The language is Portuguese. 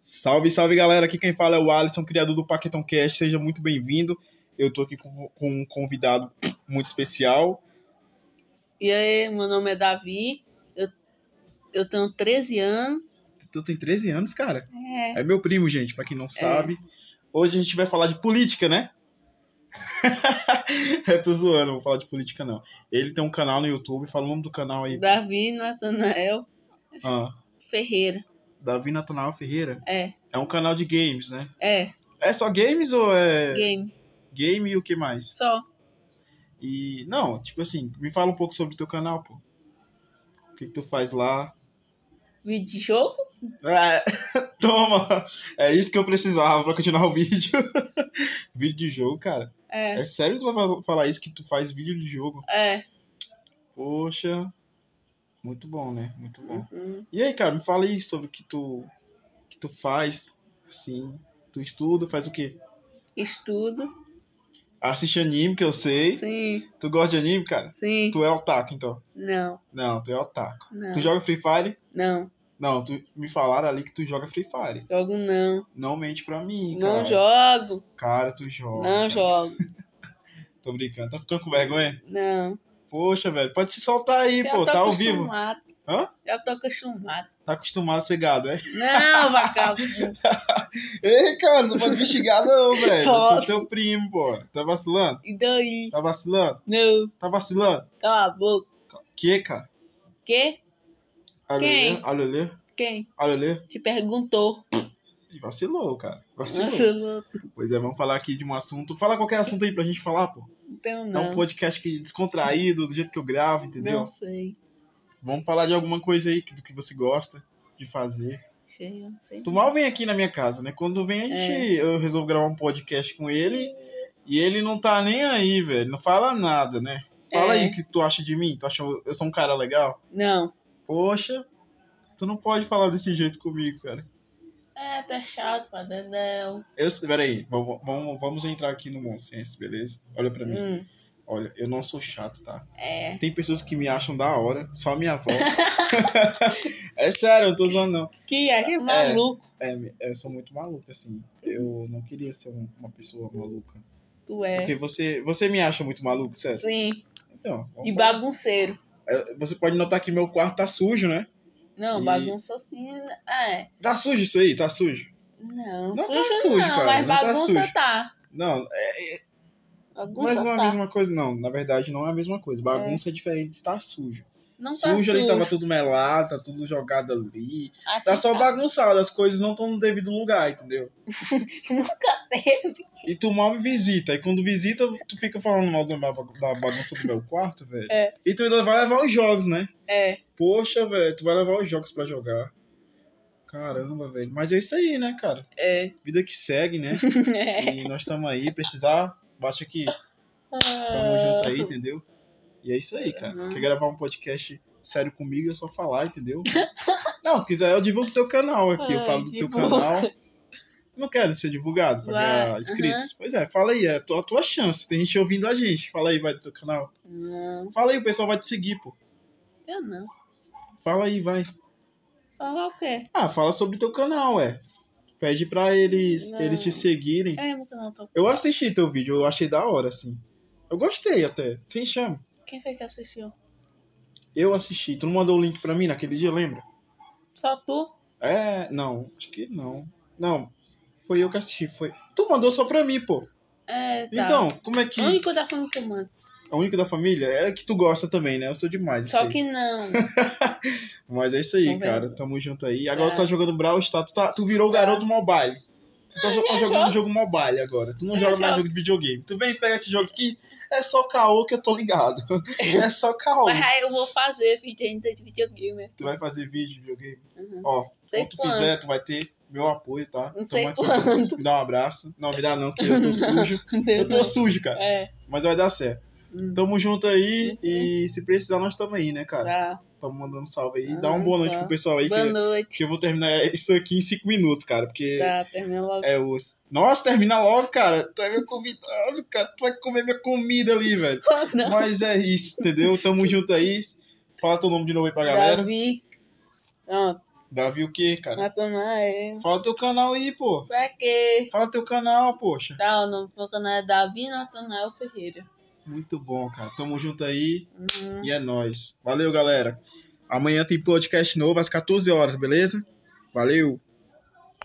Salve, salve galera, aqui quem fala é o Alisson, criador do Paquetão Cast, seja muito bem-vindo. Eu tô aqui com um convidado muito especial. E aí, meu nome é Davi, eu tenho 13 anos. Tu tem 13 anos, cara? É. É meu primo, gente, pra quem não sabe. Hoje a gente vai falar de política, né? Eu tô zoando, não vou falar de política não. Ele tem um canal no YouTube, fala o nome do canal aí. Davi Natanael Ferreira. Davi Natanael Ferreira? É. É um canal de games, né? É. É só games ou é... Game. Game e o que mais? Só. E, não, tipo assim, me fala um pouco sobre o teu canal, pô. O que tu faz lá? Vídeo de jogo? Toma! É isso que eu precisava pra continuar o vídeo. Vídeo de jogo, cara. É sério que tu vai falar isso, que tu faz vídeo de jogo? É. Poxa. Muito bom, né? Muito bom. Uhum. E aí, cara, me fala aí sobre o que tu faz, assim. Tu estuda, faz o quê? Estudo. Assiste anime, que eu sei. Sim. Tu gosta de anime, cara? Sim. Tu é otaku, então? Não. Não, tu é otaku. Não. Tu joga Free Fire? Não. Não, me falaram ali que tu joga Free Fire. Jogo não. Não mente pra mim, cara. Não jogo. Cara, tu joga. Não cara. jogo. Tô brincando. Tá ficando com vergonha? Não. Poxa, velho. Pode se soltar aí, pô. Tá ao vivo. Hã? Eu tô acostumado. Tá acostumado a ser gado, é? Não, vagabundo. Ei, cara, não pode me xingar não, velho. Eu sou Posso. teu primo, pô. Tá vacilando? E daí? Tá vacilando? Não. Tá vacilando? Cala a boca. Que, cara? Quê? Alelê? Quem? Alelê? Quem? Alelê? Te perguntou. Ih, vacilou, cara. Vacilou. Vacilou. Pois é, vamos falar aqui de um assunto. Fala qualquer assunto aí pra gente falar, pô. Não tenho É um não. podcast que descontraído, do jeito que eu gravo, entendeu? Não sei. Vamos falar de alguma coisa aí do que você gosta de fazer. Cheio, não sei. Tu mal vem aqui na minha casa, né? Quando vem eu resolvo gravar um podcast com ele e ele não tá nem aí, velho. Não fala nada, né? Fala aí o que tu acha de mim. Tu acha eu sou um cara legal? Não. Poxa, tu não pode falar desse jeito comigo, cara. Tá chato pra dedéu. Peraí, vamos entrar aqui no bom senso, beleza? Olha pra mim. Olha, eu não sou chato, tá? Tem pessoas que me acham da hora, só a minha avó. É sério, eu não tô zoando não. Que é maluco. Eu sou muito maluco, assim. Eu não queria ser uma pessoa maluca. Tu é. Porque você me acha muito maluco, sério? Sim. Então. E bagunceiro. Você pode notar que meu quarto tá sujo, né? Não, bagunça assim. Tá sujo isso aí? Tá sujo? Não, Não sujo tá sujo, não, cara. mas Não tá bagunça sujo. tá. Não, Bagunça mas não é a tá. mesma coisa, não. Na verdade, não é a mesma coisa. Bagunça é diferente de estar sujo. Não tá Sujo ali sujo. tava tudo melado, tá tudo jogado ali. Aqui Tá só bagunçado, as coisas não estão no devido lugar, entendeu? Nunca teve. E tu mal me visita. E quando visita, tu fica falando mal da bagunça do meu quarto, velho. E tu ainda vai levar os jogos, né? Poxa, velho, tu vai levar os jogos pra jogar. Caramba, velho. Mas é isso aí, né, cara? Vida que segue, né? E nós estamos aí, precisar, bate aqui. Tamo junto aí, entendeu? E é isso aí, cara. Quer gravar um podcast sério comigo, é só falar, entendeu? Não, se quiser eu divulgo teu canal aqui. Eu falo do teu canal. Não quero ser divulgado pra ganhar inscritos. Pois é, fala aí, é a tua chance. Tem gente ouvindo a gente. Fala aí, vai do teu canal. Não. Fala aí, o pessoal vai te seguir, pô. Eu não. Fala aí, vai. Falar o quê? Fala sobre teu canal, Pede pra eles te seguirem. Meu canal tá... Eu assisti teu vídeo, eu achei da hora, assim. Eu gostei até, sem chama. Quem foi que assistiu? Eu assisti. Tu não mandou o link pra mim naquele dia, lembra? Só tu? Não, acho que não. Não, foi eu que assisti. Tu mandou só pra mim, pô. Tá. Então, como é que... O único da família que eu mando. A única da família? É que tu gosta também, né? Eu sou demais. Só que não. Mas é isso aí, Vamos cara. ver. Tamo junto aí. Agora tu tá jogando Brawl Stars. Tu virou o garoto mobile. Tu tá jogando jogo mobile agora. Tu não joga mais jogo de videogame. Tu vem pegar esses jogos aqui. É só caô que eu tô ligado. É só caô. Mas aí eu vou fazer vídeo ainda de videogame. Tu vai fazer vídeo de videogame? Sei Quando tu fizer, tu vai ter meu apoio, tá? Não sei aqui. quando. Me dá um abraço. Não, me dá não, que eu tô sujo. Eu tô sujo, cara. Mas vai dar certo. Tamo junto aí e se precisar nós tamo aí, né, cara? Tá. Tamo mandando salve aí. Dá uma boa noite pro pessoal aí. Boa noite. Que eu vou terminar isso aqui em 5 minutos, cara. Porque termina logo. Nossa, termina logo, cara. Tu é meu convidado, cara. Tu vai comer minha comida ali, velho. Não. Mas é isso, entendeu? Tamo junto aí. Fala teu nome de novo aí pra galera. Davi. Pronto. Davi o quê, cara? Natanael. Fala teu canal aí, pô. Pra quê? Fala teu canal, poxa. Tá, o nome do meu canal é Davi Natanael Ferreira. Muito bom, cara. Tamo junto aí. E é nóis. Valeu, galera. Amanhã tem podcast novo às 14 horas, beleza? Valeu.